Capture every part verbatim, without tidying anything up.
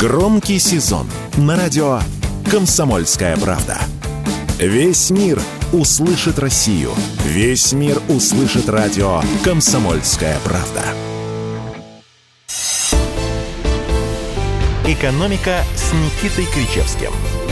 Громкий сезон на радио «Комсомольская правда». Весь мир услышит Россию. Весь мир услышит радио «Комсомольская правда». «Экономика» с Никитой Кричевским.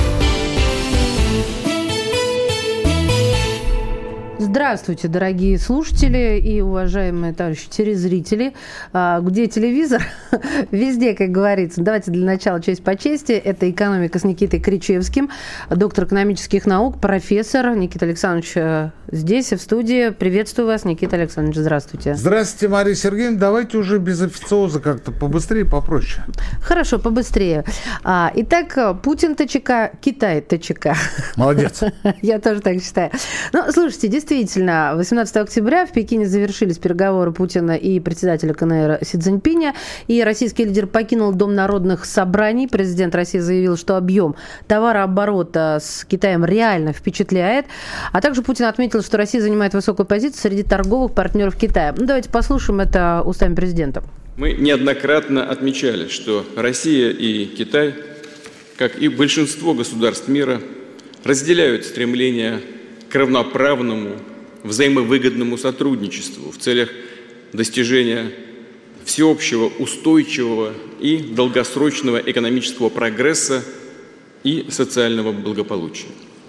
Здравствуйте, дорогие слушатели и уважаемые товарищи телезрители. Где телевизор? Везде, как говорится. Давайте для начала честь по чести. Это «Экономика» с Никитой Кричевским, доктор экономических наук, профессор. Никита Александрович здесь, в студии. Приветствую вас, Никита Александрович. Здравствуйте. Здравствуйте, Мария Сергеевна. Давайте уже без официоза как-то побыстрее, попроще. Хорошо, побыстрее. Итак, Путин ТЧК, Китай ТЧК. Молодец. Я тоже так считаю. Ну, слушайте, действительно, Действительно, восемнадцатого октября в Пекине завершились переговоры Путина и председателя КНР Си Цзиньпиня, и российский лидер покинул Дом народных собраний. Президент России заявил, что объем товарооборота с Китаем реально впечатляет. А также Путин отметил, что Россия занимает высокую позицию среди торговых партнеров Китая. Ну, давайте послушаем это устами президента. Мы неоднократно отмечали, что Россия и Китай, как и большинство государств мира, разделяют стремление к равноправному, взаимовыгодному сотрудничеству в целях достижения всеобщего, устойчивого и долгосрочного экономического прогресса и социального благополучия.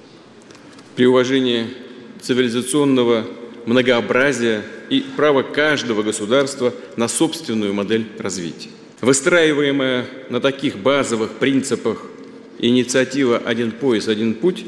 При уважении цивилизационного многообразия и права каждого государства на собственную модель развития. Выстраиваемая на таких базовых принципах инициатива «Один пояс, один путь»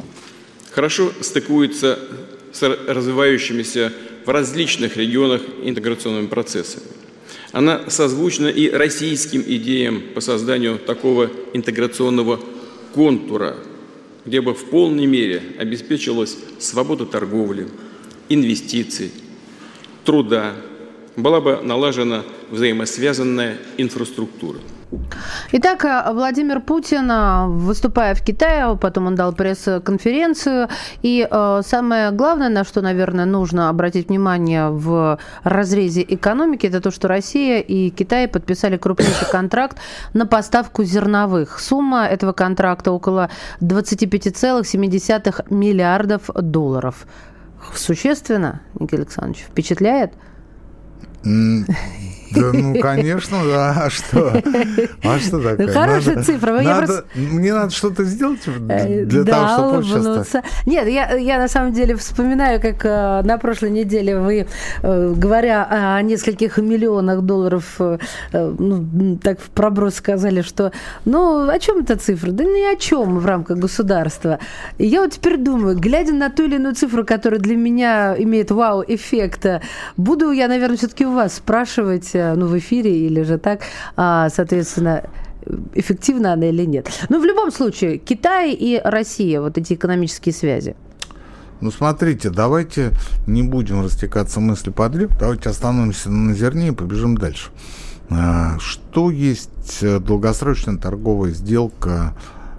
хорошо стыкуется с развивающимися в различных регионах интеграционными процессами. Она созвучна и российским идеям по созданию такого интеграционного контура, где бы в полной мере обеспечилась свобода торговли, инвестиций, труда, была бы налажена взаимосвязанная инфраструктура. Итак, Владимир Путин, выступая в Китае, потом он дал пресс-конференцию, и э, самое главное, на что, наверное, нужно обратить внимание в разрезе экономики, это то, что Россия и Китай подписали крупнейший контракт на поставку зерновых. Сумма этого контракта около двадцать пять целых семь десятых миллиардов долларов. Существенно, Никита Александрович, впечатляет? Да, ну, конечно, да. А что? А что такое? Хорошая надо, цифра. Надо, просто... Мне надо что-то сделать для да, того, чтобы улыбнуться. Нет, я, я на самом деле вспоминаю, как э, на прошлой неделе вы, э, говоря о нескольких миллионах долларов, э, ну, так в проброс сказали, что, ну, о чем эта цифра? Да ни о чем в рамках государства. И я вот теперь думаю, глядя на ту или иную цифру, которая для меня имеет вау-эффект, буду я, наверное, все-таки у вас спрашивать, ну, в эфире или же так, соответственно, эффективна она или нет. Но в любом случае, Китай и Россия, вот эти экономические связи. Ну, смотрите, давайте не будем растекаться мысли подряд, давайте остановимся на зерне и побежим дальше. Что есть долгосрочная торговая сделка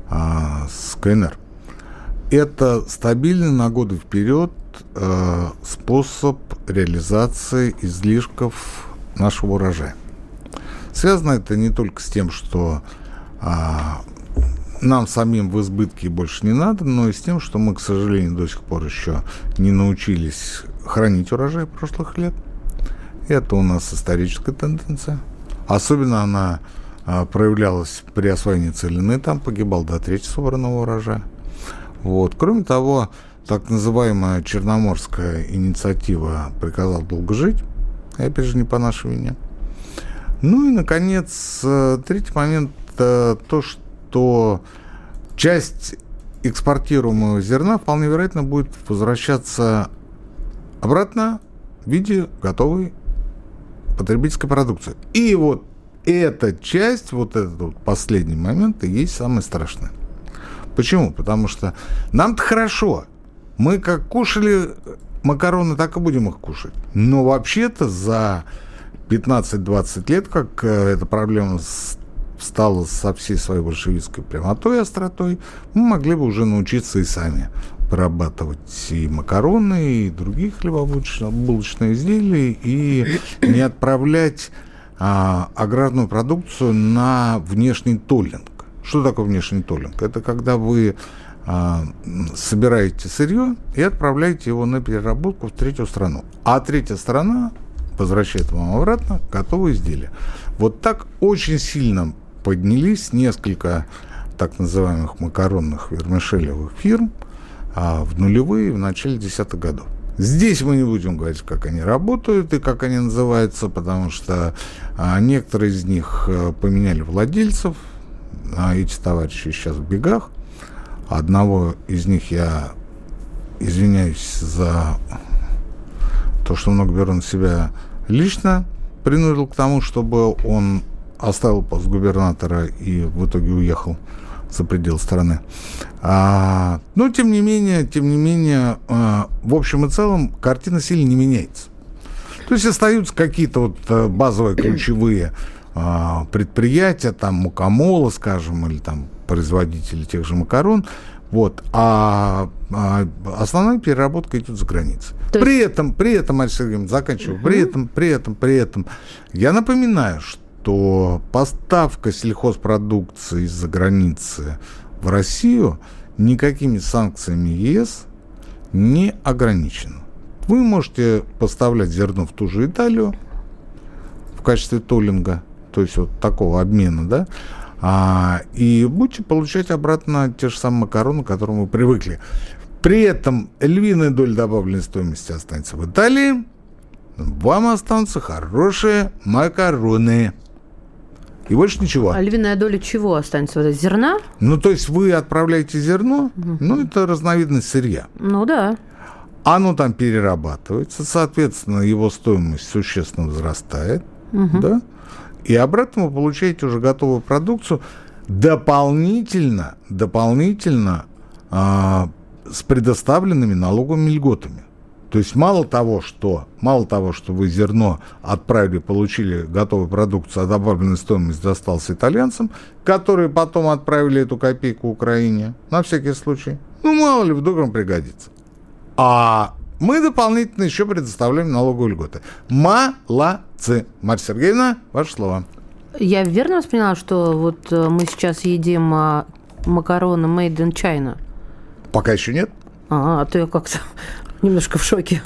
с КНР? Это стабильный на годы вперед способ реализации излишков нашего урожая. Связано это не только с тем, что а, нам самим в избытке больше не надо, но и с тем, что мы, к сожалению, до сих пор еще не научились хранить урожай прошлых лет. Это у нас историческая тенденция. Особенно она а, проявлялась при освоении целины, там погибал до трети собранного урожая. Вот. Кроме того, так называемая Черноморская инициатива приказала долго жить, и опять же не по нашей вине. Ну и, наконец, третий момент – то, что часть экспортируемого зерна вполне вероятно будет возвращаться обратно в виде готовой потребительской продукции. И вот эта часть, вот этот вот последний момент и есть самое страшное. Почему? Потому что нам-то хорошо. Мы как кушали макароны, так и будем их кушать. Но вообще-то за пятнадцать-двадцать лет, как эта проблема стала со всей своей большевистской прямотой и остротой, мы могли бы уже научиться и сами прорабатывать и макароны, и другие хлебобулочные изделия, и не отправлять а, аграрную продукцию на внешний толлинг. Что такое внешний толлинг? Это когда вы а, собираете сырье и отправляете его на переработку в третью страну. А третья страна возвращает вам обратно готовые изделия. Вот так очень сильно поднялись несколько так называемых макаронных вермишелевых фирм а, в нулевые, в начале десятых годов. Здесь мы не будем говорить, как они работают и как они называются, потому что а, некоторые из них а, поменяли владельцев, а эти товарищи сейчас в бегах. Одного из них я извиняюсь за то, что много беру на себя лично, принудил к тому, чтобы он оставил пост губернатора и в итоге уехал за пределы страны. А, но, тем не менее, тем не менее, а, в общем и целом, картина сильно не меняется. То есть остаются какие-то вот базовые ключевые а, предприятия, там, мукомолы, скажем, или там производители тех же макарон, вот, а, а основная переработка идет за границей. То при есть... этом, при этом, Мария Сергеевна, заканчиваю, uh-huh. при этом, при этом, при этом, я напоминаю, что что поставка сельхозпродукции из-за границы в Россию никакими санкциями ЕС не ограничена. Вы можете поставлять зерно в ту же Италию в качестве толлинга, то есть вот такого обмена, да, а, и будете получать обратно те же самые макароны, к которым вы привыкли. При этом львиная доля добавленной стоимости останется в Италии, вам останутся хорошие макароны. И больше ничего. А львиная доля чего останется? Вот зерна? Ну, то есть вы отправляете зерно, угу. ну, это разновидность сырья. Ну, да. Оно там перерабатывается, соответственно, его стоимость существенно возрастает, угу. да, и обратно вы получаете уже готовую продукцию дополнительно, дополнительно а, с предоставленными налоговыми льготами. То есть мало того, что, мало того, что вы зерно отправили, получили готовую продукцию, а добавленная стоимость досталась итальянцам, которые потом отправили эту копейку Украине, на всякий случай. Ну, мало ли, вдруг вам пригодится. А мы дополнительно еще предоставляем налоговые льготы. Молодцы. Марья Сергеевна, ваше слово. Я верно восприняла, что вот мы сейчас едим макароны made in China? Пока еще нет. А, а то я как-то немножко в шоке.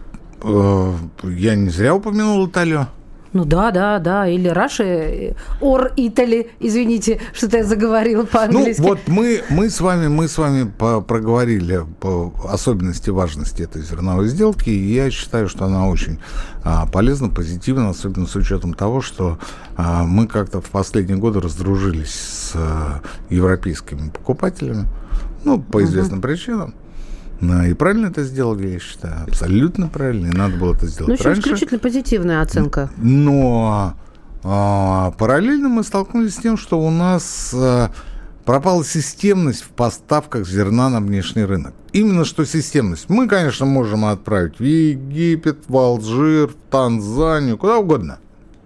Я не зря упомянул Италию. Ну да, да, да. Или Russia, or Italy, извините, что-то я заговорила по-английски. Ну вот мы, мы с вами, мы с вами по- проговорили по особенности важности этой зерновой сделки, и я считаю, что она очень а, полезна, позитивна, особенно с учетом того, что а, мы как-то в последние годы раздружились с а, европейскими покупателями, ну, по известным uh-huh. причинам. Ну, и правильно это сделали, я считаю. Абсолютно правильно. И надо было это сделать ну, раньше. Ну, исключительно позитивная оценка. Но а, параллельно мы столкнулись с тем, что у нас а, пропала системность в поставках зерна на внешний рынок. Именно что системность. Мы, конечно, можем отправить в Египет, в Алжир, в Танзанию, куда угодно.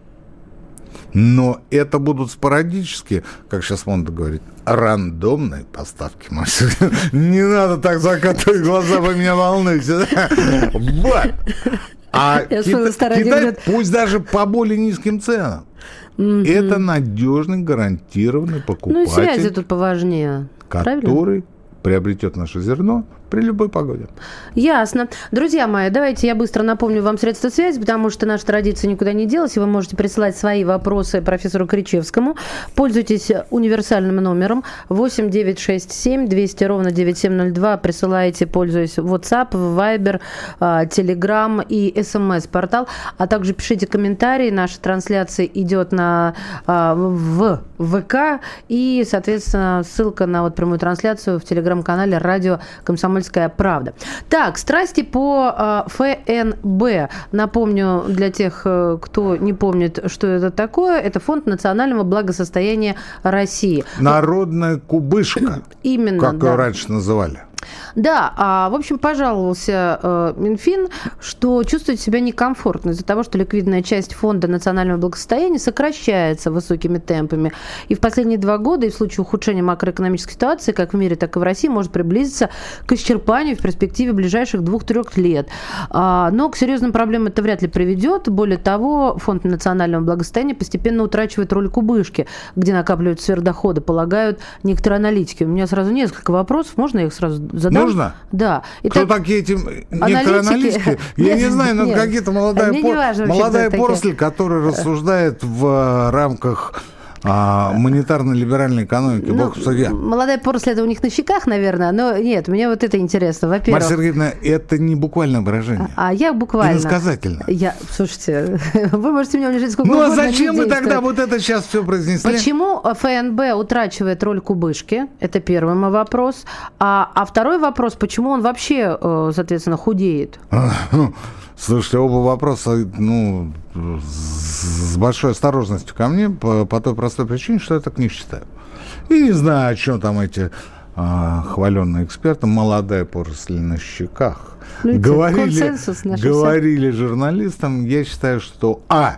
Но это будут спорадические, как сейчас модно говорить, рандомные поставки. Не надо так закатывать глаза, вы меня волнуете. Вот. А Китай, пусть даже по более низким ценам, это надежный, гарантированный покупатель. Ну и связи тут поважнее. Который приобретет наше зерно при любой погоде. Ясно. Друзья мои, давайте я быстро напомню вам средства связи, потому что наша традиция никуда не делась, и вы можете присылать свои вопросы профессору Кричевскому. Пользуйтесь универсальным номером восемь девятьсот шестьдесят семь двести ровно девяносто семь ноль два. Присылайте, пользуясь WhatsApp, Viber, Telegram и эс эм эс-портал, а также пишите комментарии. Наша трансляция идет на, в ВК, и, соответственно, ссылка на вот прямую трансляцию в телеграм-канале «Радио Комсомольская правда». Так, страсти по э, эф эн бэ. Напомню для тех, э, кто не помнит, что это такое. Это Фонд национального благосостояния России. Народная кубышка. Именно, как да. ее раньше называли. Да, а, в общем, пожаловался э, Минфин, что чувствует себя некомфортно из-за того, что ликвидная часть фонда национального благосостояния сокращается высокими темпами. И в последние два года, и в случае ухудшения макроэкономической ситуации, как в мире, так и в России, может приблизиться к исчерпанию в перспективе ближайших двух-трех лет. А, но к серьезным проблемам это вряд ли приведет. Более того, фонд национального благосостояния постепенно утрачивает роль кубышки, где накапливаются сверхдоходы, полагают некоторые аналитики. У меня сразу несколько вопросов. Можно я их сразу задам? Можно? Да. Итак, кто такие эти некоторые аналитики? Я не знаю, но какие-то молодая, пор... важно, молодая поросль, которая рассуждает в рамках а, монетарно-либеральной экономики. Ну, Бог судья. Молодая поросль, это у них на щеках, наверное, но нет, мне вот это интересно. Во-первых... Марья Сергеевна, это не буквальное выражение. А, а я буквально. Иносказательно. Я, слушайте, вы можете меня лежать сколько ну, угодно. Ну, а зачем мы тогда вот это сейчас все произнесли? Почему ФНБ утрачивает роль кубышки? Это первый мой вопрос. А, а второй вопрос, почему он вообще, соответственно, худеет? Слушайте, оба вопроса, ну, с большой осторожностью ко мне, по, по той простой причине, что я так не считаю. И не знаю, о чем там эти а, хваленные эксперты, молодая поросль на щеках. Ну, говорили, говорили журналистам, я считаю, что А,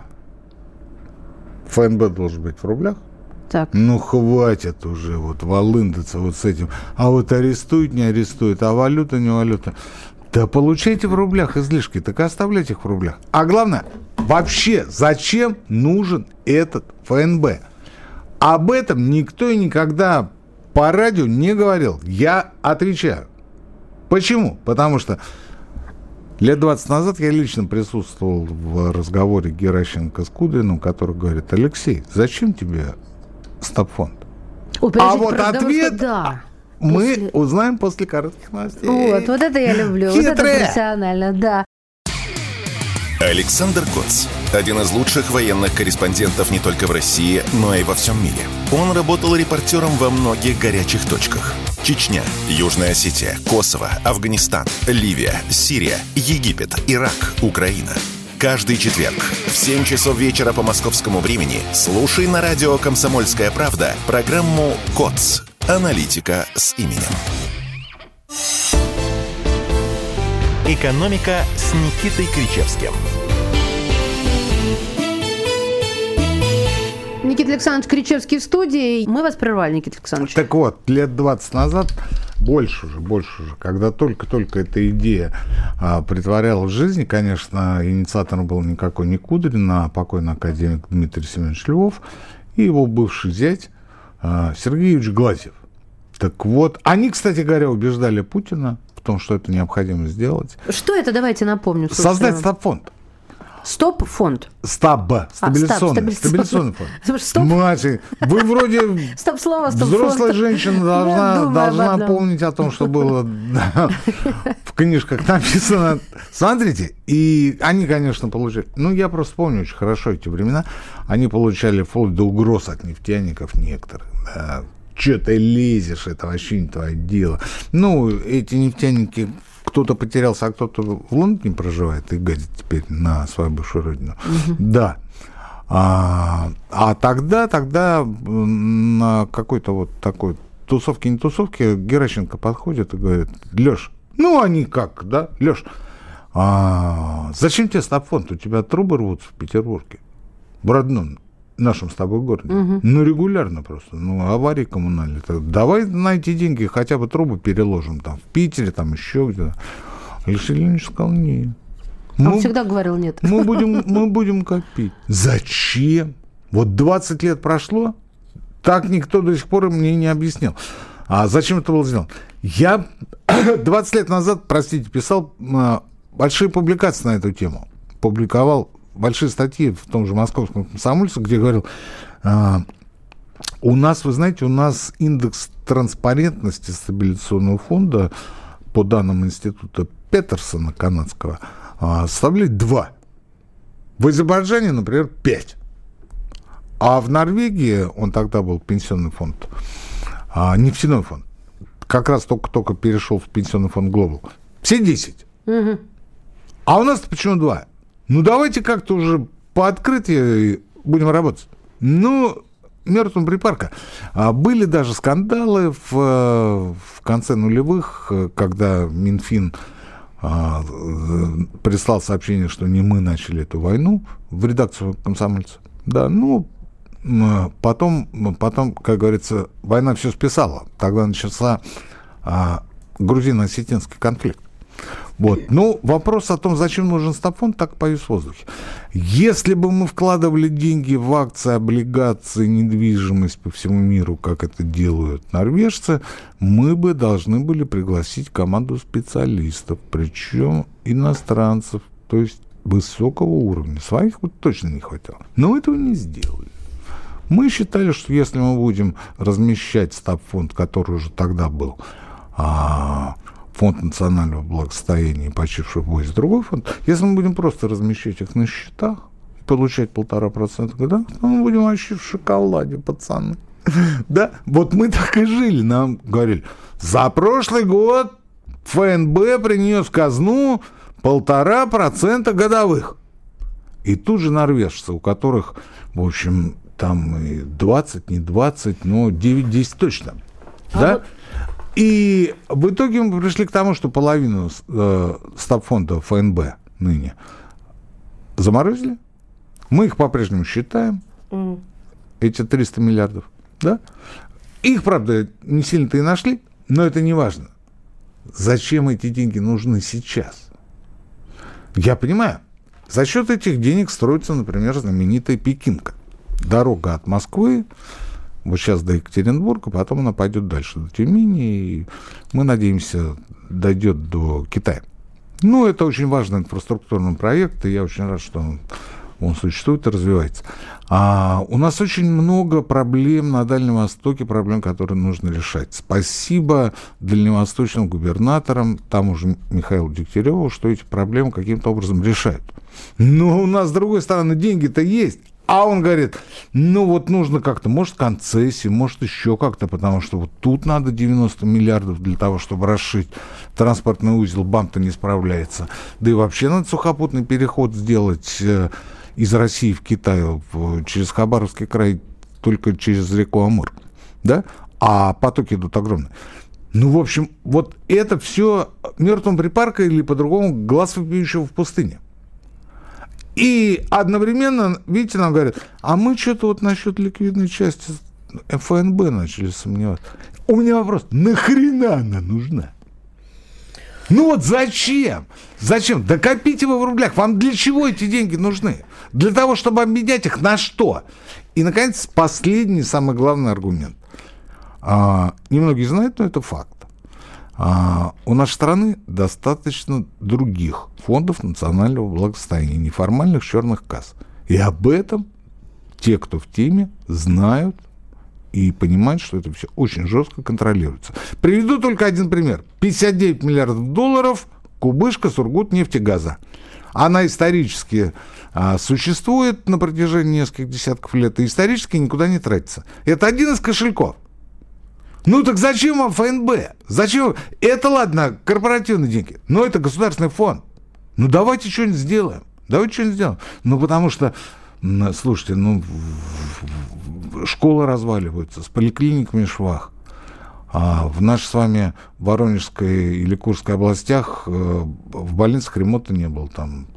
ФНБ должен быть в рублях. Так. Ну, хватит уже вот волындаться вот с этим. А вот арестуют, не арестуют, а валюта, не валюта. Да получайте в рублях излишки, так и оставляйте их в рублях. А главное, вообще, зачем нужен этот ФНБ? Об этом никто и никогда по радио не говорил. Я отвечаю. Почему? Потому что лет двадцать назад я лично присутствовал в разговоре Геращенко с Кудриным, который говорит: Алексей, зачем тебе стабфонд? Ой, а вот ответ... Что... Да. Мы после... узнаем после коротких новостей. Вот, вот это я люблю. Хитрые. Вот это профессионально, да. Александр Коц. Один из лучших военных корреспондентов не только в России, но и во всем мире. Он работал репортером во многих горячих точках. Чечня, Южная Осетия, Косово, Афганистан, Ливия, Сирия, Египет, Ирак, Украина. Каждый четверг в семь часов вечера по московскому времени слушай на радио «Комсомольская правда» программу «Коц. Аналитика с именем». «Экономика» с Никитой Кричевским. Никита Александрович Кричевский в студии. Мы вас прервали, Никита Александрович. Так вот, лет двадцать назад, больше уже, больше уже, когда только-только эта идея а, притворялась в жизнь, конечно, инициатором был никакой не Кудрин, а покойный академик Дмитрий Семенович Львов и его бывший зять а, Сергей Юрьевич Глазьев. Так вот, они, кстати говоря, убеждали Путина в том, что это необходимо сделать. Что это, давайте напомним. Создать стабфонд. Стоп-фонд. Стаб, стабилизационный, а, стабилизационный фонд. Стоп. Мать, вы вроде стоп слово, стоп взрослая фонд. женщина должна, должна помнить о том, что было в книжках написано. Смотрите, и они, конечно, получали... Ну, я просто помню очень хорошо эти времена. Они получали вплоть до угроз от нефтяников некоторых. Да. Че ты лезешь, это вообще не твое дело. Ну, эти нефтяники... Кто-то потерялся, а кто-то в Лондоне проживает и гадит теперь на свою бывшую родину. Угу. Да. А, а тогда, тогда на какой-то вот такой тусовке, не тусовке Геращенко подходит и говорит: Лёш, ну они как, да, Лёш, а зачем тебе стабфонд? У тебя трубы рвутся в Петербурге, в родном нашем с тобой городе. Угу. Ну, регулярно просто. Ну, аварии коммунальные. Давай на эти деньги хотя бы трубы переложим там в Питере, там еще где-то. Алексей Леонидович сказал: нет. Мы, Он всегда говорил нет. Мы будем, мы будем копить. Зачем? Вот двадцать лет прошло, так никто до сих пор мне не объяснил. А зачем это было сделано? Я двадцать лет назад, простите, писал большие публикации на эту тему. Публиковал большие статьи в том же «Московском комсомольце», где говорил: а, у нас, вы знаете, у нас индекс транспарентности стабилизационного фонда, по данным института Петерсона канадского, а, составляет два. В Азербайджане, например, пять. А в Норвегии, он тогда был пенсионный фонд, а, нефтяной фонд, как раз только-только перешел в пенсионный фонд Global, все десять. Угу. А у нас-то почему два? Ну, давайте как-то уже по открытию будем работать. Ну, мертвым припарка. Были даже скандалы в, в конце нулевых, когда Минфин прислал сообщение, что не мы начали эту войну, в редакцию «Комсомольца». Да, ну, потом, потом, как говорится, война все списала. Тогда начался а, грузино-осетинский конфликт. Вот. Ну, вопрос о том, зачем нужен стабфонд, так повис в воздухе. Если бы мы вкладывали деньги в акции, облигации, недвижимость по всему миру, как это делают норвежцы, мы бы должны были пригласить команду специалистов, причем иностранцев, то есть высокого уровня. Своих вот точно не хватало. Но этого не сделали. Мы считали, что если мы будем размещать стабфонд, который уже тогда был, а, фонд национального благосостояния и почивший в бой, другой фонд, если мы будем просто размещать их на счетах и получать полтора процента года, то мы будем вообще в шоколаде, пацаны. Да, вот мы так и жили. Нам говорили, за прошлый год ФНБ принес в казну полтора процента годовых. И тут же норвежцы, у которых, в общем, там и двадцать, не двадцать, но девять-десять точно. А да? Вот... И в итоге мы пришли к тому, что половину э, стабфонда ФНБ ныне заморозили. Мы их по-прежнему считаем. Mm. Эти триста миллиардов. Да? Их, правда, не сильно-то и нашли, но это не важно. Зачем эти деньги нужны сейчас? Я понимаю. За счет этих денег строится, например, знаменитая Пекинка. Дорога от Москвы, вот сейчас до Екатеринбурга, потом она пойдет дальше до Тюмени, и мы надеемся, дойдет до Китая. Ну, это очень важный инфраструктурный проект, и я очень рад, что он, он существует и развивается. А у нас очень много проблем на Дальнем Востоке, проблем, которые нужно решать. Спасибо дальневосточным губернаторам, тому же Михаилу Дегтяреву, что эти проблемы каким-то образом решают. Но у нас, с другой стороны, деньги-то есть. А он говорит, ну вот нужно как-то, может, концессии, может, еще как-то, потому что вот тут надо девяносто миллиардов для того, чтобы расшить транспортный узел, БАМ-то не справляется. Да и вообще надо сухопутный переход сделать из России в Китай через Хабаровский край, только через реку Амур, да? А потоки идут огромные. Ну, в общем, вот это все мертвым припарка или, по-другому, глаз вопиющего в пустыне. И одновременно, видите, нам говорят, а мы что-то вот насчет ликвидной части ФНБ начали сомневаться. У меня вопрос, нахрена она нужна? Ну вот зачем? Зачем? Да копите вы в рублях. Вам для чего эти деньги нужны? Для того, чтобы обменять их на что? И, наконец, последний, самый главный аргумент. А, немногие знают, но это факт. А, у нашей страны достаточно других фондов национального благосостояния, неформальных черных касс. И об этом те, кто в теме, знают и понимают, что это все очень жестко контролируется. Приведу только один пример. пятьдесят девять миллиардов долларов кубышка Сургутнефтегаза. Она исторически а, существует на протяжении нескольких десятков лет, и исторически никуда не тратится. Это один из кошельков. Ну так зачем вам ФНБ? Зачем? Это ладно, корпоративные деньги, но это государственный фонд. Ну давайте что-нибудь сделаем. Давайте что-нибудь сделаем. Ну потому что, слушайте, ну школы разваливаются, с поликлиниками швах. А в нашей с вами Воронежской или Курской областях в больницах ремонта не было там.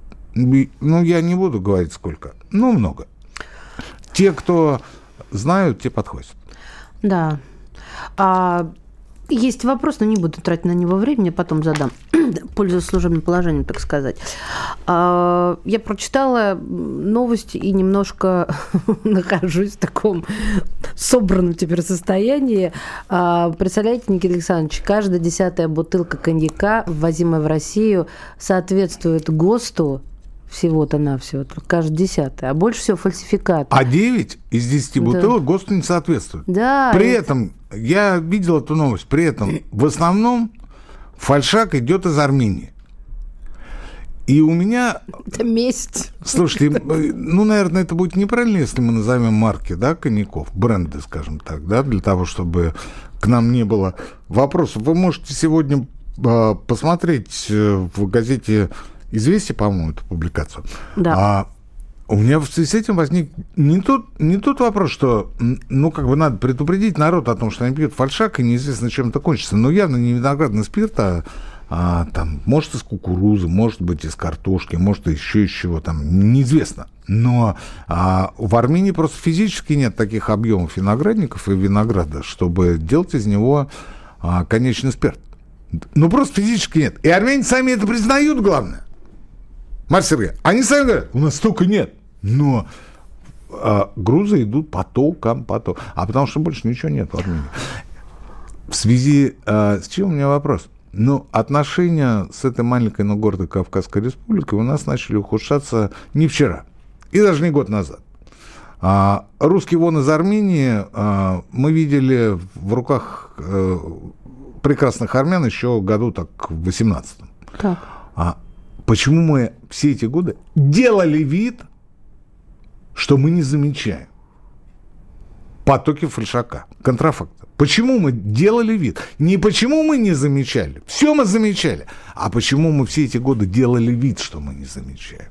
Ну я не буду говорить сколько, но много. Те, кто знают, те подходят. Да. А, есть вопрос, но не буду тратить на него времени, потом задам, пользуясь служебным положением, так сказать. А, я прочитала новости и немножко нахожусь в таком собранном теперь состоянии. А, представляете, Никита Александрович, каждая десятая бутылка коньяка, ввозимая в Россию, соответствует ГОСТу, всего-то навсего, каждый десятый, а больше всего фальсификаты. А девять из десяти бутылок да. ГОСТу не соответствуют. Да. При это... этом, я видел эту новость, при этом в основном фальшак идет из Армении. И у меня... Это месть. Слушайте, ну, наверное, это будет неправильно, если мы назовем марки, да, коньяков, бренды, скажем так, да, для того, чтобы к нам не было вопросов. Вы можете сегодня э, посмотреть в газете «Известия», по-моему, эту публикацию. Да. А, У меня в связи с этим возник не тот, не тот вопрос, что, ну, как бы надо предупредить народ о том, что они пьют фальшак, и неизвестно, чем это кончится. Но явно не виноградный спирт, а, а там, может, из кукурузы, может быть, из картошки, может, еще из чего там, неизвестно. Но а, в Армении просто физически нет таких объемов виноградников и винограда, чтобы делать из него а, конечный спирт. Ну, просто физически нет. И армяне сами это признают, главное. Марк Сергеевич, они сами говорят, у нас столько нет. Но а, грузы идут потоком, потоком. А потому что больше ничего нет в Армении. В связи а, с чем у меня вопрос? Ну, отношения с этой маленькой, но гордой Кавказской республикой у нас начали ухудшаться не вчера. И даже не год назад. А, русский вон из Армении а, мы видели в руках а, прекрасных армян еще году так в восемнадцатом. Так. А почему мы все эти годы делали вид, что мы не замечаем потоки фальшака, контрафакта? Почему мы делали вид? Не почему мы не замечали, все мы замечали, а почему мы все эти годы делали вид, что мы не замечаем?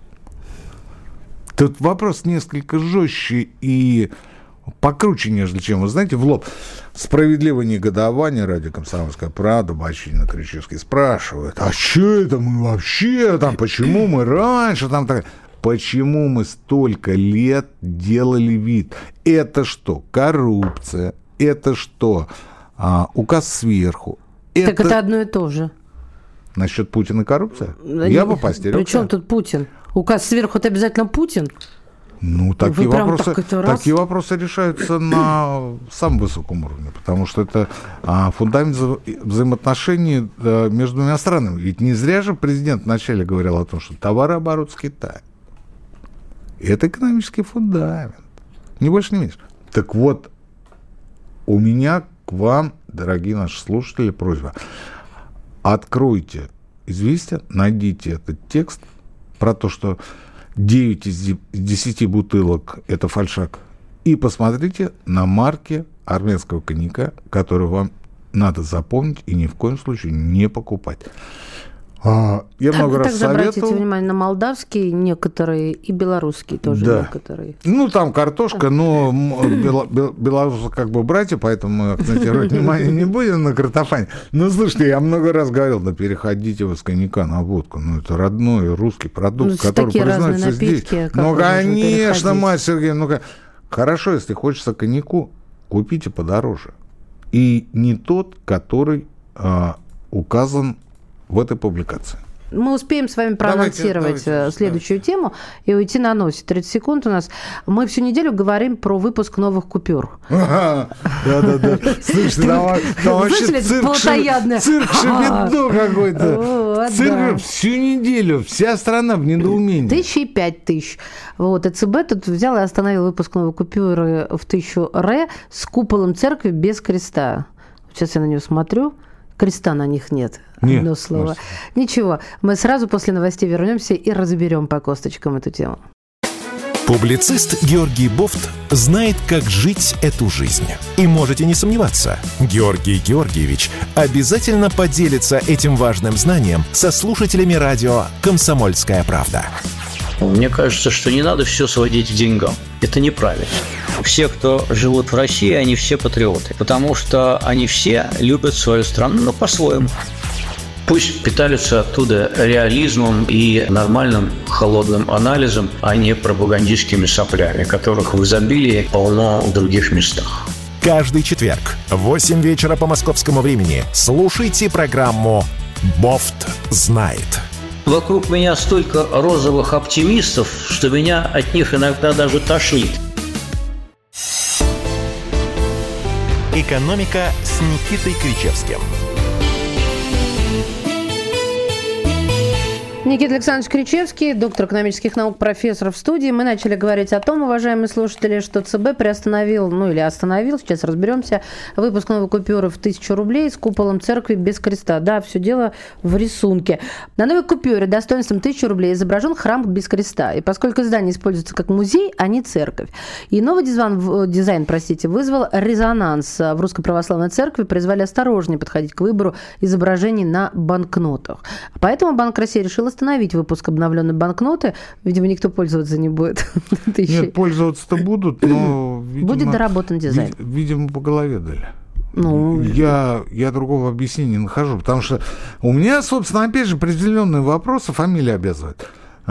Тут вопрос несколько жестче и покруче, нежели чем, вы знаете, в лоб. Справедливое негодование ради «Комсомольская правда», Бачинин, Кричевский спрашивают, а что это мы вообще там, почему мы раньше там так... Почему мы столько лет делали вид? Это что? Коррупция. Это что? А, указ сверху. Так это... это одно и то же. Насчет Путина коррупция? Они... Я бы постерегся. При чем тут Путин? Указ сверху – это обязательно Путин? Ну, такие вопросы, так такие вопросы решаются на самом высоком уровне, потому что это а, фундамент вза- взаимоотношений а, между двумя странами. Ведь не зря же президент вначале говорил о том, что товарооборот с Китаем. Это экономический фундамент. Ни больше, ни меньше. Так вот, у меня к вам, дорогие наши слушатели, просьба. Откройте «Известия», найдите этот текст про то, что девять из десяти бутылок – это фальшак. И посмотрите на марки армянского коньяка, который вам надо запомнить и ни в коем случае не покупать. А, я так, много раз советовал. Обратите внимание на молдавские некоторые и белорусские тоже да. некоторые. Ну, там картошка, но бел, бел, белорусы как бы братья, поэтому мы акцентировать внимание не будем на картофане. Но, слушайте, я много раз говорил, да переходите вы с коньяка на водку. Ну, это родной русский продукт, ну, который произносится здесь. Ну, конечно, мать Сергеевна, ну, хорошо, если хочется коньяку, купите подороже. И не тот, который а, указан в этой публикации. Мы успеем с вами проанонсировать давайте, давайте, следующую давайте. тему и уйти на носе. тридцать секунд у нас. Мы всю неделю говорим про выпуск новых купюр. Да-да-да. Слушайте, там вообще цирк шебеду какой-то. Цирк всю неделю, вся страна в недоумении. Тысяча и пять тысяч. Вот, ЭЦБ тут взял и остановил выпуск новой купюры в тысячу ре с куполом церкви без креста. Сейчас я на нее смотрю. Креста на них нет. Нет, одно слово. Может. Ничего, мы сразу после новостей вернемся и разберем по косточкам эту тему. Публицист Георгий Бофт знает, как жить эту жизнь. И можете не сомневаться, Георгий Георгиевич обязательно поделится этим важным знанием со слушателями радио «Комсомольская правда». Мне кажется, что не надо все сводить к деньгам. Это неправильно. Все, кто живут в России, они все патриоты, потому что они все любят свою страну, но по-своему. Пусть питаются оттуда реализмом и нормальным холодным анализом, а не пропагандистскими соплями, которых в изобилии полно в других местах. Каждый четверг в восемь вечера по московскому времени слушайте программу «Бофт знает». Вокруг меня столько розовых оптимистов, что меня от них иногда даже тошнит. «Экономика» с Никитой Кричевским. Никита Александрович Кричевский, доктор экономических наук, профессор в студии. Мы начали говорить о том, уважаемые слушатели, что ЦБ приостановил, ну или остановил, сейчас разберемся, выпуск новой купюры в тысячу рублей с куполом церкви без креста. Да, все дело в рисунке. На новой купюре достоинством тысячи рублей изображен храм без креста. И поскольку здание используется как музей, а не церковь. И новый дизайн, дизайн простите, вызвал резонанс. В Русской Православной Церкви призвали осторожнее подходить к выбору изображений на банкнотах. Поэтому Банк России решил остановить выпуск обновленной банкноты. Видимо, никто пользоваться не будет. Нет, пользоваться-то будут, но... Видимо, будет доработан дизайн. Видимо, по голове дали. Ну, я, я другого объяснения не нахожу, потому что у меня, собственно, опять же, определенные вопросы, фамилия обязывает.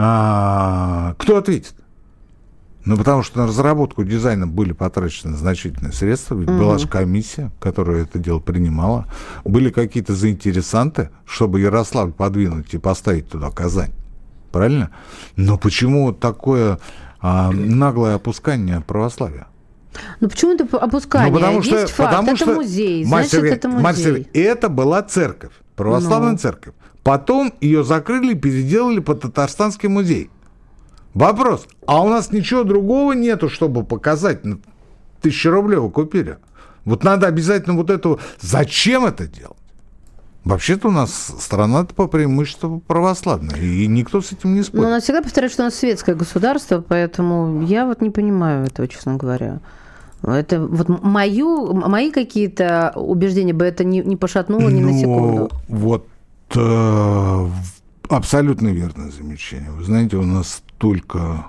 А, кто ответит? Ну, потому что на разработку дизайна были потрачены значительные средства, ведь угу. была же комиссия, которая это дело принимала. Были какие-то заинтересанты, чтобы Ярославль подвинуть и поставить туда Казань. Правильно? Но почему такое а, наглое опускание православия? Ну почему это опускание? Ну, потому что, есть факт, потому это что, музей, значит, мастер, это музей. Мастер, это была церковь, православная ну. церковь. Потом ее закрыли и переделали под Татарстанский музей. Вопрос, а у нас ничего другого нету, чтобы показать на тысячерублевой купюре? Вот надо обязательно вот это... Зачем это делать? Вообще-то у нас страна-то по преимуществу православная, и никто с этим не спорит. Но она всегда повторяет, что у нас светское государство, поэтому я вот не понимаю этого, честно говоря. Это вот мою, мои какие-то убеждения бы это не, не пошатнуло ни ну, на секунду. Вот э, абсолютно верное замечание. Вы знаете, у нас только...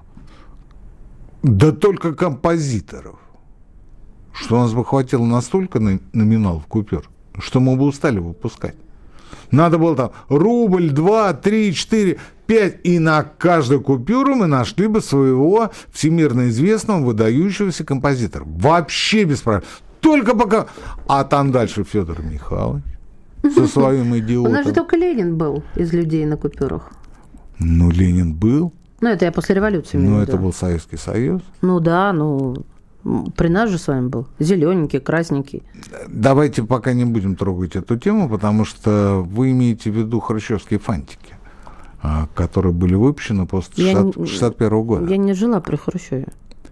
Да только композиторов. Что у нас бы хватило настолько номиналов купюр, что мы бы устали выпускать. Надо было там рубль, два, три, четыре, пять, и на каждую купюру мы нашли бы своего всемирно известного, выдающегося композитора. Вообще без проблем. Только пока... А там дальше Федор Михайлович со своим идиотом. У нас же только Ленин был из людей на купюрах. Ну, Ленин был. Ну, это я после революции имею в виду. Ну, это был Советский Союз. Ну, да, ну... При нас же с вами был. Зелененький, красненький. Давайте пока не будем трогать эту тему, потому что вы имеете в виду хрущевские фантики, которые были выпущены после шестьдесят первого года. Я не жила при Хрущеве.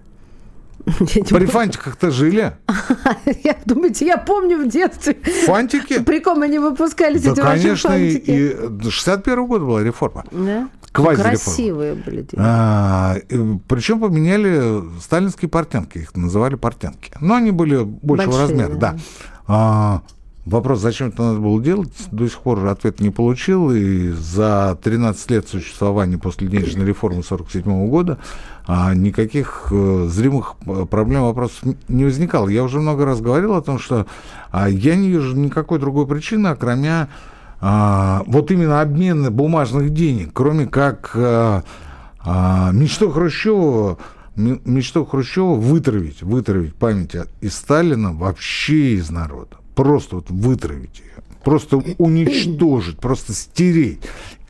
При фантиках-то жили. Думаете, я помню в детстве. Фантики? При ком они выпускались да, эти конечно, ваши фантики? И шестьдесят первого года была реформа. Да? Красивые были. А, причем поменяли сталинские портянки, их называли портянки. Но они были большего Большие, размера, да. да. А, вопрос, зачем это надо было делать, до сих пор ответ не получил. И за тринадцать лет существования после денежной реформы сорок седьмого года а, никаких а, зримых проблем, вопросов не возникало. Я уже много раз говорил о том, что а, я не вижу никакой другой причины, окромя А, вот именно обмен бумажных денег, кроме как а, а, мечту Хрущева, мечту Хрущева вытравить, вытравить память из Сталина вообще из народа. Просто вот вытравить ее, просто уничтожить, просто стереть.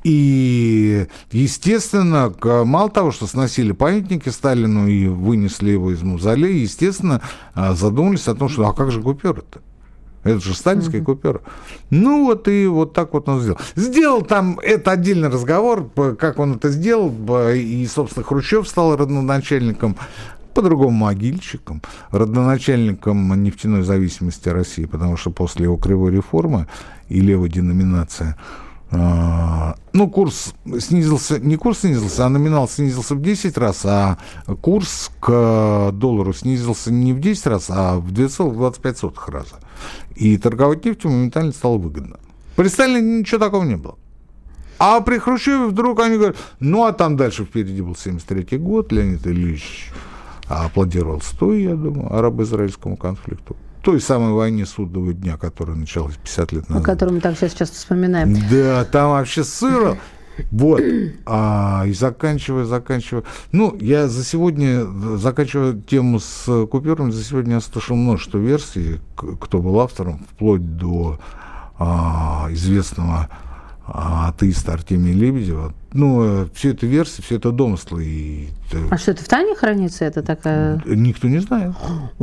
И, естественно, мало того, что сносили памятники Сталину и вынесли его из мавзолея, естественно, задумались о том, что а как же купюры-то? Это же сталинская mm-hmm. купюра. Ну, вот и вот так вот он сделал. Сделал там, это отдельный разговор, как он это сделал, и, собственно, Хрущев стал родоначальником, по-другому могильщиком, родоначальником нефтяной зависимости России, потому что после его кривой реформы и левой деноминации, ну, курс снизился, не курс снизился, а номинал снизился в десять раз, а курс к доллару снизился не в десять раз, а в два целых двадцать пять сотых раза. И торговать нефтью моментально стало выгодно. При Сталине ничего такого не было. А при Хрущеве вдруг они говорят, ну, а там дальше впереди был семьдесят третий год, Леонид Ильич аплодировал стоя, я думаю, арабо-израильскому конфликту. Той самой войне судного дня, которая началась пятьдесят лет назад. О которой мы так сейчас часто вспоминаем. Да, там вообще сыро. Вот. А, и заканчивая, заканчивая. Ну, я за сегодня, заканчивая тему с купюрами, за сегодня я слышал множество версий, кто был автором, вплоть до а, известного а, атеиста Артемия Лебедева. Ну, все это версии, все это домыслы. И... А что, это в тайне хранится? Это такая... Никто не знает.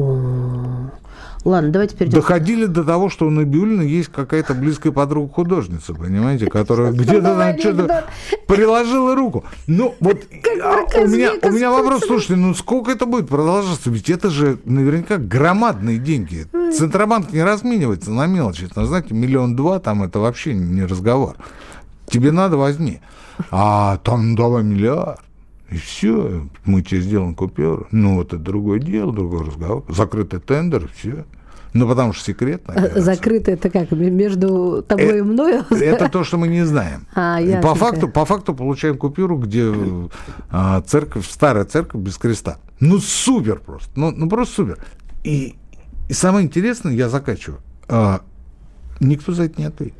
Ладно, давайте перейдем. Доходили до того, что у Набиуллиной есть какая-то близкая подруга художница, понимаете, которая где-то там что-то приложила руку. Ну, вот у меня, у меня вопрос, слушайте, ну сколько это будет продолжаться? Ведь это же наверняка громадные деньги. Центробанк не разменивается на мелочи. Это, знаете, миллион два, там это вообще не разговор. Тебе надо, возьми. А там давай миллиард. И все, мы тебе сделаем купюру. Ну, вот это другое дело, другой разговор. Закрытый тендер, все. Ну, потому что секретно. Закрыто это как? Между тобой э, и мной? Это то, что мы не знаем. А, и по факту, по факту получаем купюру, где а, церковь, старая церковь без креста. Ну, супер просто. Ну, ну просто супер. И, и самое интересное, я заканчиваю, а, никто за это не ответит.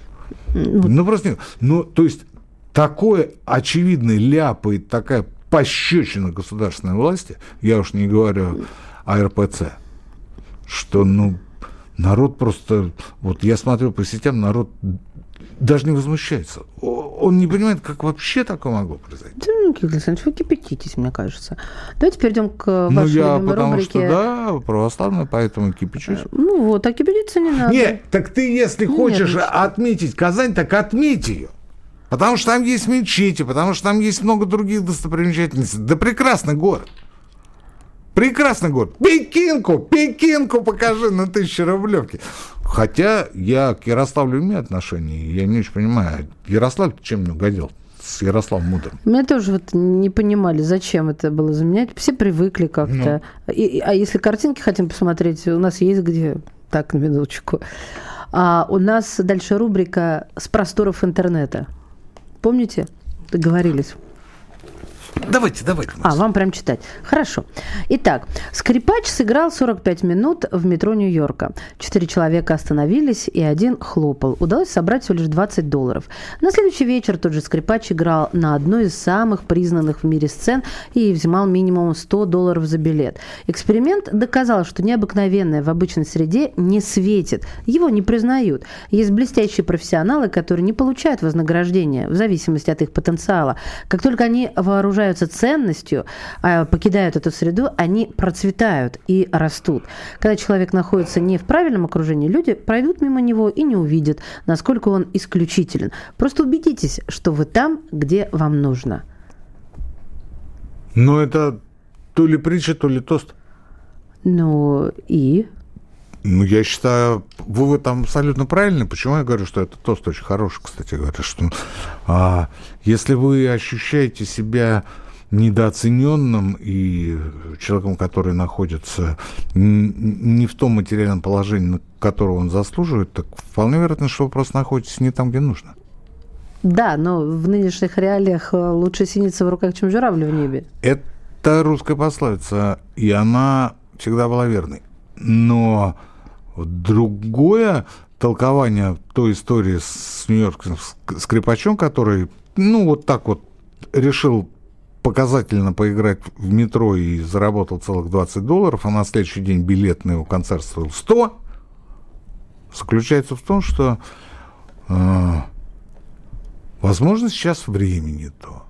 Ну, ну просто нет. Ну, то есть, такой очевидный ляп и такая пощечина государственной власти, я уж не говорю о эр пэ цэ, что, ну, народ просто... Вот я смотрю по сетям, народ даже не возмущается. Он не понимает, как вообще такое могло произойти. Да, ну, Кирилл Александрович, вы кипятитесь, мне кажется. Давайте перейдем к вашей ну, я, любимой потому рубрике. Что, да, православный, поэтому кипячусь. Ну вот, а кипятиться не надо. Нет, так ты, если ну, хочешь нет, отметить Казань, так отметь ее. Потому что там есть мечети, потому что там есть много других достопримечательностей. Да прекрасный город. Прекрасный город. Пекинку, Пекинку покажи на тысячерублевке. Хотя я к Ярославлю имею отношение, я не очень понимаю, Ярославль чем мне угодил с Ярославом Мудрым? Меня тоже вот не понимали, зачем это было заменять. Все привыкли как-то. Ну. И, а если картинки хотим посмотреть, у нас есть где... Так, на минуточку. А у нас дальше рубрика «С просторов интернета». Помните? Договорились. Давайте, давайте. А, вам прям читать. Хорошо. Итак, скрипач сыграл сорок пять минут в метро Нью-Йорка. Четыре человека остановились, и один хлопал. Удалось собрать всего лишь двадцать долларов. На следующий вечер тот же скрипач играл на одной из самых признанных в мире сцен и взимал минимум сто долларов за билет. Эксперимент доказал, что необыкновенное в обычной среде не светит. Его не признают. Есть блестящие профессионалы, которые не получают вознаграждения в зависимости от их потенциала. Как только они вооружаются ценностью, покидают эту среду, они процветают и растут. Когда человек находится не в правильном окружении, люди пройдут мимо него и не увидят, насколько он исключителен. Просто убедитесь, что вы там, где вам нужно. Ну, это то ли притча, то ли тост. Ну, и... Ну, я считаю, вывод там абсолютно правильный. Почему я говорю, что это тост очень хороший, кстати говоря, что а, если вы ощущаете себя недооцененным и человеком, который находится не в том материальном положении, которого он заслуживает, так вполне вероятно, что вы просто находитесь не там, где нужно. Да, но в нынешних реалиях лучше синица в руках, чем журавль в небе. Это русская пословица, и она всегда была верной. Но другое толкование той истории с нью-йоркским скрипачом, который, ну, вот так вот решил показательно поиграть в метро и заработал целых двадцать долларов, а на следующий день билет на его концерт стоил сто, заключается в том, что э, возможно, сейчас время не то.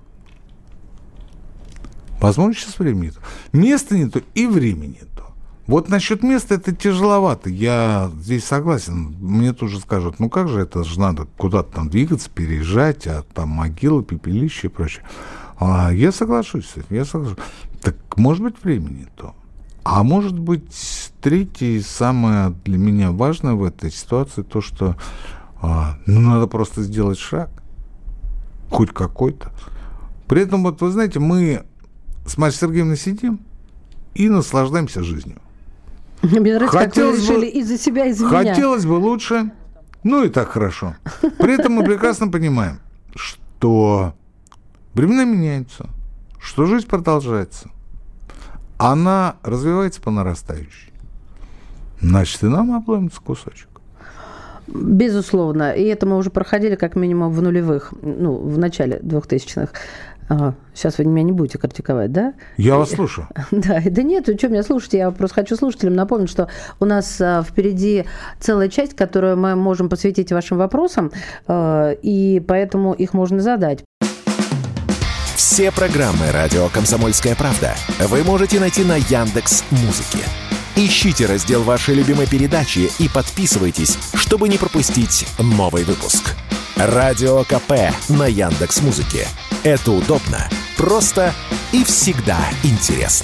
Возможно, сейчас время не то. Место не то и время не то. Вот насчет места это тяжеловато, я здесь согласен. Мне тоже скажут, ну как же, это же надо куда-то там двигаться, переезжать, а там могилы, пепелище и прочее. А я соглашусь с этим, я соглашусь. Так может быть время не то. А может быть третье и самое для меня важное в этой ситуации то, что а, ну, надо просто сделать шаг, хоть какой-то. При этом, вот вы знаете, мы с Марьей Сергеевной сидим и наслаждаемся жизнью. Мне нравится, как вы решили и за себя, и за меня. Хотелось бы лучше, ну и так хорошо. При этом мы прекрасно понимаем, что времена меняются, что жизнь продолжается. Она развивается по нарастающей. Значит, и нам обломится кусочек. Безусловно. И это мы уже проходили как минимум в нулевых, ну, в начале двухтысячных. Ага. Сейчас вы меня не будете критиковать, да? Я вас слушаю. Да, да нет, вы что меня слушаете? Я просто хочу слушателям напомнить, что у нас а, впереди целая часть, которую мы можем посвятить вашим вопросам, а, и поэтому их можно задать. Все программы «Радио Комсомольская правда» вы можете найти на Яндекс.Музыке. Ищите раздел вашей любимой передачи и подписывайтесь, чтобы не пропустить новый выпуск. Радио КП на Яндекс.Музыке. Это удобно, просто и всегда интересно.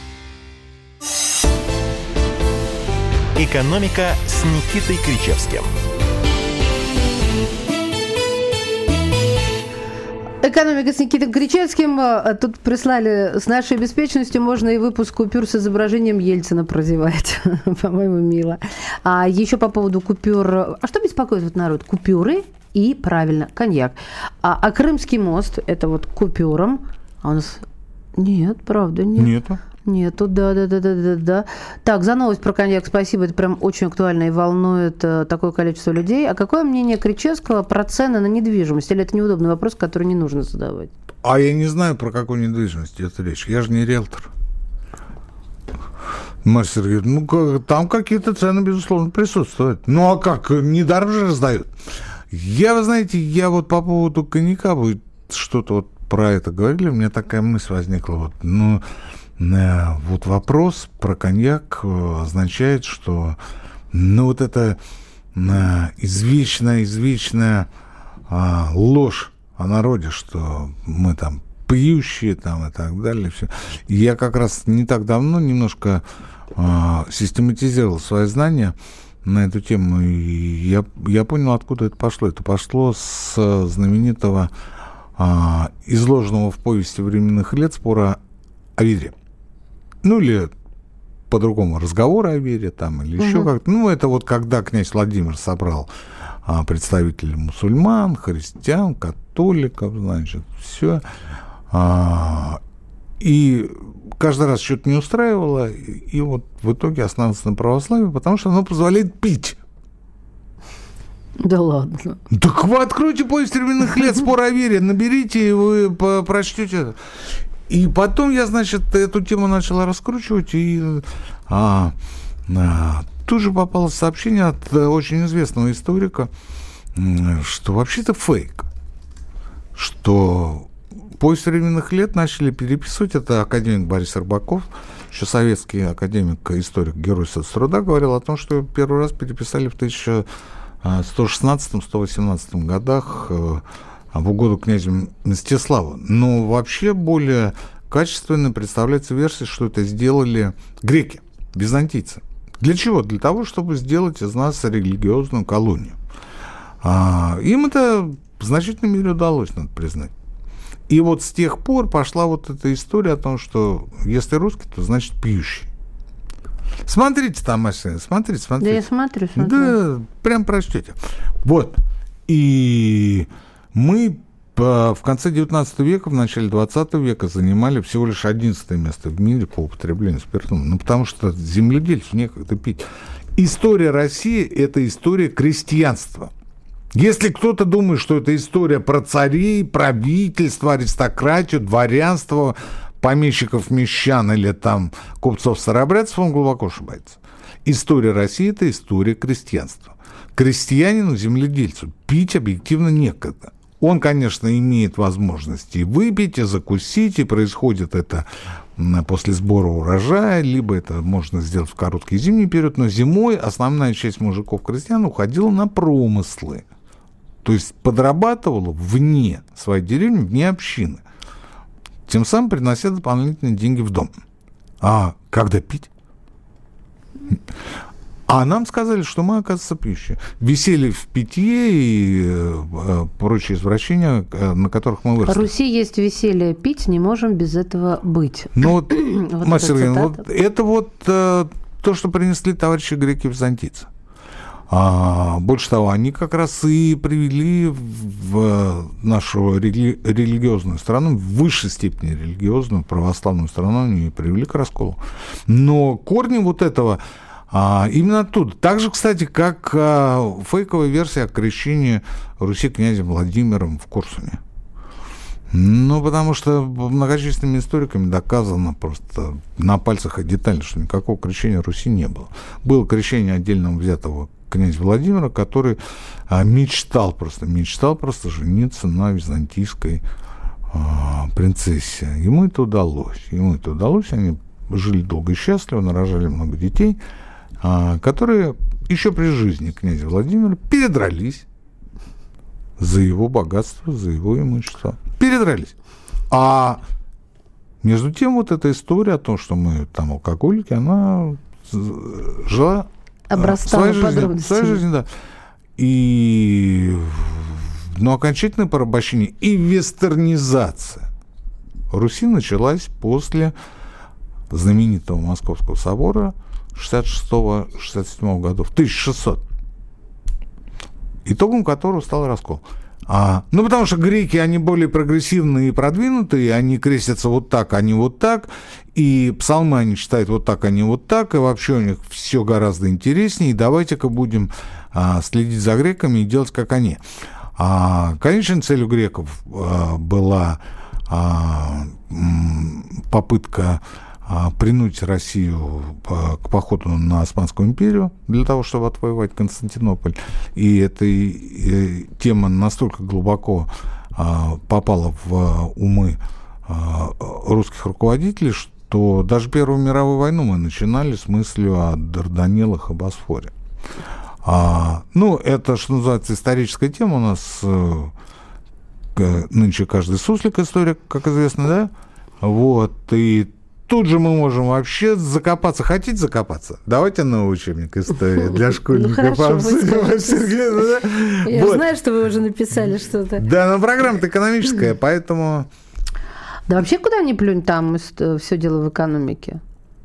«Экономика» с Никитой Кричевским. Экономика с Никитой Кричевским. Тут прислали, с нашей беспечностью можно и выпуск купюр с изображением Ельцина прозевать. По-моему, мило. А еще по поводу купюр. А что беспокоит вот народ? Купюры и, правильно, коньяк. А, а Крымский мост, это вот купюрам. А у нас... Нет, правда, нет. Нету. Нету, да, да, да, да, да, да. Так, за новость про коньяк спасибо. Это прям очень актуально и волнует э, такое количество людей. А какое мнение Кричевского про цены на недвижимость? Или это неудобный вопрос, который не нужно задавать? А я не знаю, про какую недвижимость идет речь. Я же не риэлтор. Марья Сергеевна, ну, там какие-то цены, безусловно, присутствуют. Ну, а как? Недаром же раздают. Я, вы знаете, я вот по поводу коньяка, вы что-то вот про это говорили, у меня такая мысль возникла. Вот, ну... Вот вопрос про коньяк означает, что ну, вот эта извечная, извечная а, ложь о народе, что мы там пьющие там, и так далее. Все. И я как раз не так давно немножко а, систематизировал свои знания на эту тему, и я, я понял, откуда это пошло. Это пошло с знаменитого, а, изложенного в повести временных лет спора о вере. Ну, или по-другому разговор о вере, там, или еще uh-huh. как-то. Ну, это вот когда князь Владимир собрал а, представителей мусульман, христиан, католиков, значит, все. А, и каждый раз что-то не устраивало, и, и вот в итоге остановился на православии, потому что оно позволяет пить. Да ладно. Так вы откройте повесть временных лет, спор о вере, наберите, и вы прочтете это. И потом я, значит, эту тему начал раскручивать, и а, а, тут же попалось сообщение от очень известного историка, что вообще-то фейк, что повесть временных лет начали переписывать, это академик Борис Рыбаков, еще советский академик, историк, герой соцтруда, говорил о том, что первый раз переписали в тысяча сто шестнадцатом — сто восемнадцатом годах, в угоду князю Мстиславу. Но вообще более качественно представляется версия, что это сделали греки, византийцы. Для чего? Для того, чтобы сделать из нас религиозную колонию. А, им это в значительной мере удалось, надо признать. И вот с тех пор пошла вот эта история о том, что если русский, то значит пьющий. Смотрите там, Маша, смотрите, смотрите. Да я смотрю, смотрю. Да, прям прочтете. Вот. И мы в конце девятнадцатого века, в начале двадцатого века занимали всего лишь одиннадцатое место в мире по употреблению спиртного. Ну, потому что земледельцу некогда пить. История России – это история крестьянства. Если кто-то думает, что это история про царей, правительство, аристократию, дворянство, помещиков, мещан или там купцов-старобрядцев, он глубоко ошибается. История России – это история крестьянства. Крестьянину, земледельцу пить объективно некогда. Он, конечно, имеет возможности выпить, и закусить, и происходит это после сбора урожая, либо это можно сделать в короткий зимний период, но зимой основная часть мужиков-крестьян уходила на промыслы. То есть подрабатывала вне своей деревни, вне общины. Тем самым принося дополнительные деньги в дом. А когда пить? А нам сказали, что мы, оказывается, пьющие. Веселье в питье и э, прочие извращения, э, на которых мы выросли. В Руси есть веселье, пить не можем без этого быть. Ну вот, вот Марья Сергеевна, вот это вот э, то, что принесли товарищи греки-византийцы. А, больше того, они как раз и привели в нашу рели- религиозную страну, в высшей степени религиозную, православную страну, они привели к расколу. Но корни вот этого а, именно оттуда. Так же, кстати, как а, фейковая версия о крещении Руси князем Владимиром в Корсуне. Ну, потому что многочисленными историками доказано просто на пальцах и детально, что никакого крещения Руси не было. Было крещение отдельно взятого князя Владимира, который а, мечтал просто, мечтал просто жениться на византийской а, принцессе. Ему это удалось. Ему это удалось. Они жили долго и счастливо, нарожали много детей, а, которые еще при жизни князя Владимира передрались за его богатство, за его имущество. Передрались. А между тем вот эта история о том, что мы там алкоголики, она жила обрастала своей жизнью, своей жизнью, да. И Но окончательное порабощение и вестернизация Руси началась после знаменитого Московского собора шестьдесят шестого — шестьдесят седьмого годов, тысяча шестьсот, итогом которого стал раскол. А, ну, потому что греки, они более прогрессивные и продвинутые, они крестятся вот так, они вот так, и псалмы они читают вот так, они вот так, и вообще у них все гораздо интереснее, и давайте-ка будем а, следить за греками и делать, как они. А, конечной целью греков а, была а, попытка принудить Россию к походу на Османскую империю для того, чтобы отвоевать Константинополь. И эта тема настолько глубоко попала в умы русских руководителей, что даже Первую мировую войну мы начинали с мыслью о Дарданеллах и Босфоре. Ну, это, что называется, историческая тема. У нас нынче каждый суслик историк, как известно, да? Вот, и тут же мы можем вообще закопаться. Хотите закопаться? Давайте новый учебник истории для школьников. Я знаю, что вы уже написали что-то. Да, но программа-то экономическая, поэтому... Да вообще куда ни плюнь, там все дело в экономике.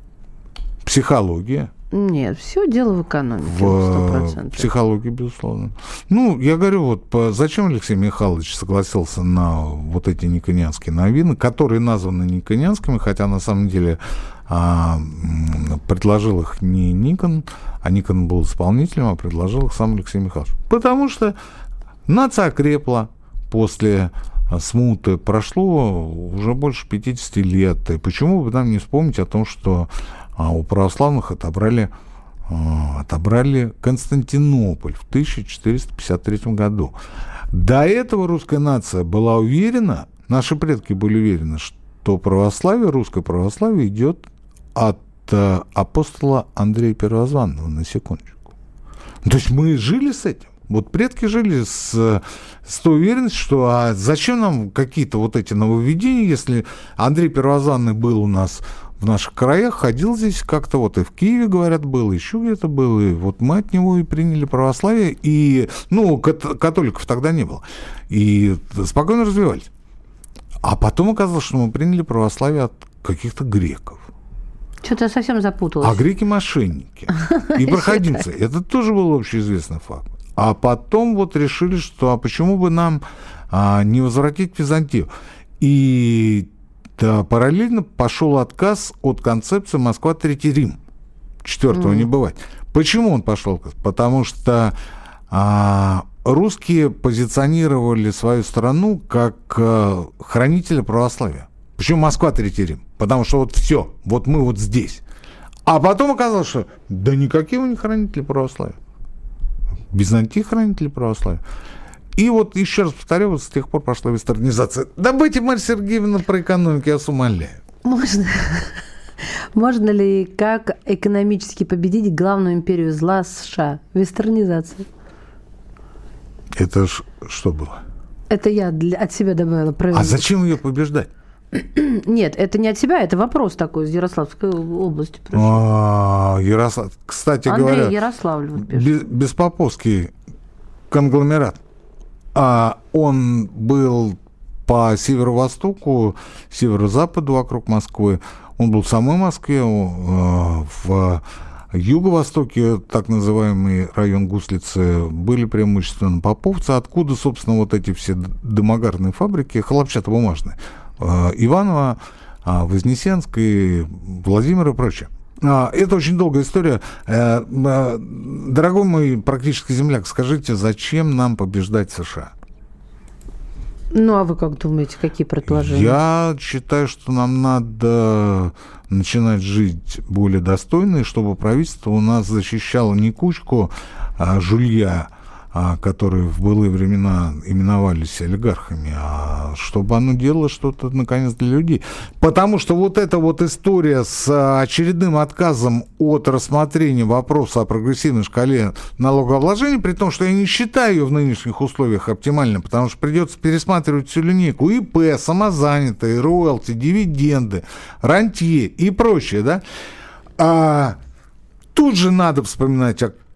Психология. Нет, все дело в экономике, сто процентов. В психологии, безусловно. Ну, я говорю, вот по, зачем Алексей Михайлович согласился на вот эти никонианские новины, которые названы никонианскими, хотя на самом деле а, предложил их не Никон, а Никон был исполнителем, а предложил их сам Алексей Михайлович. Потому что нация окрепла после смуты, прошло уже больше пятьдесят лет. И почему бы нам не вспомнить о том, что а у православных отобрали, отобрали Константинополь в тысяча четыреста пятьдесят третьем году. До этого русская нация была уверена, наши предки были уверены, что православие, русское православие идет от апостола Андрея Первозванного, на секундочку. То есть мы жили с этим. Вот предки жили с, с той уверенностью, что а зачем нам какие-то вот эти нововведения, если Андрей Первозванный был у нас в наших краях, ходил здесь как-то, вот и в Киеве, говорят, был, еще где-то был, и вот мы от него и приняли православие, и, ну, католиков тогда не было, и спокойно развивались. А потом оказалось, что мы приняли православие от каких-то греков. Что-то я совсем запуталась. А греки мошенники и проходимцы. Это тоже был общеизвестный факт. А потом вот решили, что а почему бы нам а, не возвратить Византию? И да, параллельно пошел отказ от концепции Москва, Третий Рим. Четвертого mm. не бывать. Почему он пошел отказ? Потому что а, русские позиционировали свою страну как а, хранителя православия. Почему Москва, Третий Рим? Потому что вот все, вот мы вот здесь. А потом оказалось, что да никакие вы не хранители православия. Византия хранители православия. И вот еще раз повторю, вот с тех пор пошла вестернизация. Добавьте, Марья Сергеевна, про экономику, я вас умоляю. Можно, можно ли как экономически победить главную империю зла США? Вестернизация. Это ж что было? Это я для, от себя добавила. Правильно. А зачем ее побеждать? Нет, это не от себя, это вопрос такой из Ярославской области. А, Ярослав... Кстати Андрей говоря, Ярославль вот пишет. Беспоповский конгломерат. А он был по северо-востоку, северо-западу вокруг Москвы. Он был в самой Москве, в юго-востоке, так называемый район Гуслицы, были преимущественно поповцы, откуда, собственно, вот эти все дымогарные фабрики, хлопчатобумажные. Иваново, Вознесенск и Владимир и прочее. Это очень долгая история. Дорогой мой практически земляк, скажите, зачем нам побеждать США? Ну, а вы как думаете, какие предположения? Я считаю, что нам надо начинать жить более достойно, и чтобы правительство у нас защищало не кучку а, жулья, а, которые в былые времена именовались олигархами, а чтобы оно делало что-то, наконец, для людей. Потому что вот эта вот история с очередным отказом от рассмотрения вопроса о прогрессивной шкале налогообложения, при том, что я не считаю ее в нынешних условиях оптимальной, потому что придется пересматривать всю линейку ИП, самозанятые, роялти, дивиденды, рантье и прочее, да? А тут же надо вспоминать о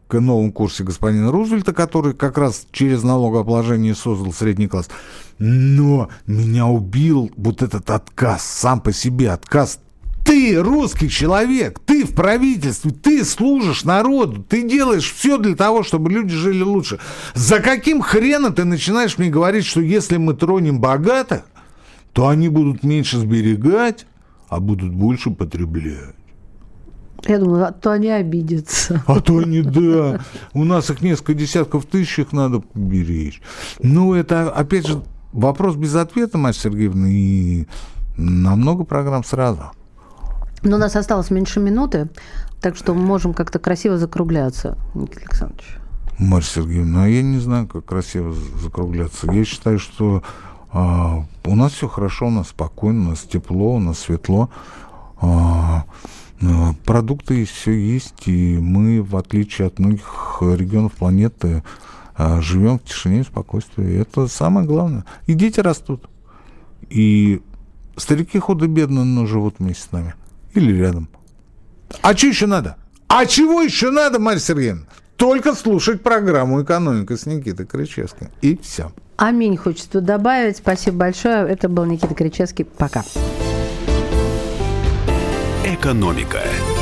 новом курсе господина Рузвельта, который как раз через налогообложение создал средний класс. Но меня убил вот этот отказ, сам по себе отказ. Ты русский человек, ты в правительстве, ты служишь народу, ты делаешь все для того, чтобы люди жили лучше. За каким хреном ты начинаешь мне говорить, что если мы тронем богатых, то они будут меньше сберегать, а будут больше потреблять? Я думаю, а то они обидятся. А то они, да. У нас их несколько десятков тысяч, их надо поберечь. Ну, это, опять же, вопрос без ответа, Марья Сергеевна, и на много программ сразу. Но у нас осталось меньше минуты, так что мы можем как-то красиво закругляться, Никита Александрович. Марья Сергеевна, я не знаю, как красиво закругляться. Я считаю, что а, у нас все хорошо, у нас спокойно, у нас тепло, у нас светло. А, продукты есть, все есть, и мы, в отличие от многих регионов планеты, а, живем в тишине и спокойствии. Это самое главное. И дети растут. И старики худо-бедно, но живут вместе с нами. Или рядом. А что еще надо? А чего еще надо, Марья Сергеевна? Только слушать программу «Экономика» с Никитой Кричевским. И все. Аминь, хочется добавить. Спасибо большое. Это был Никита Кричевский. Пока. «Экономика».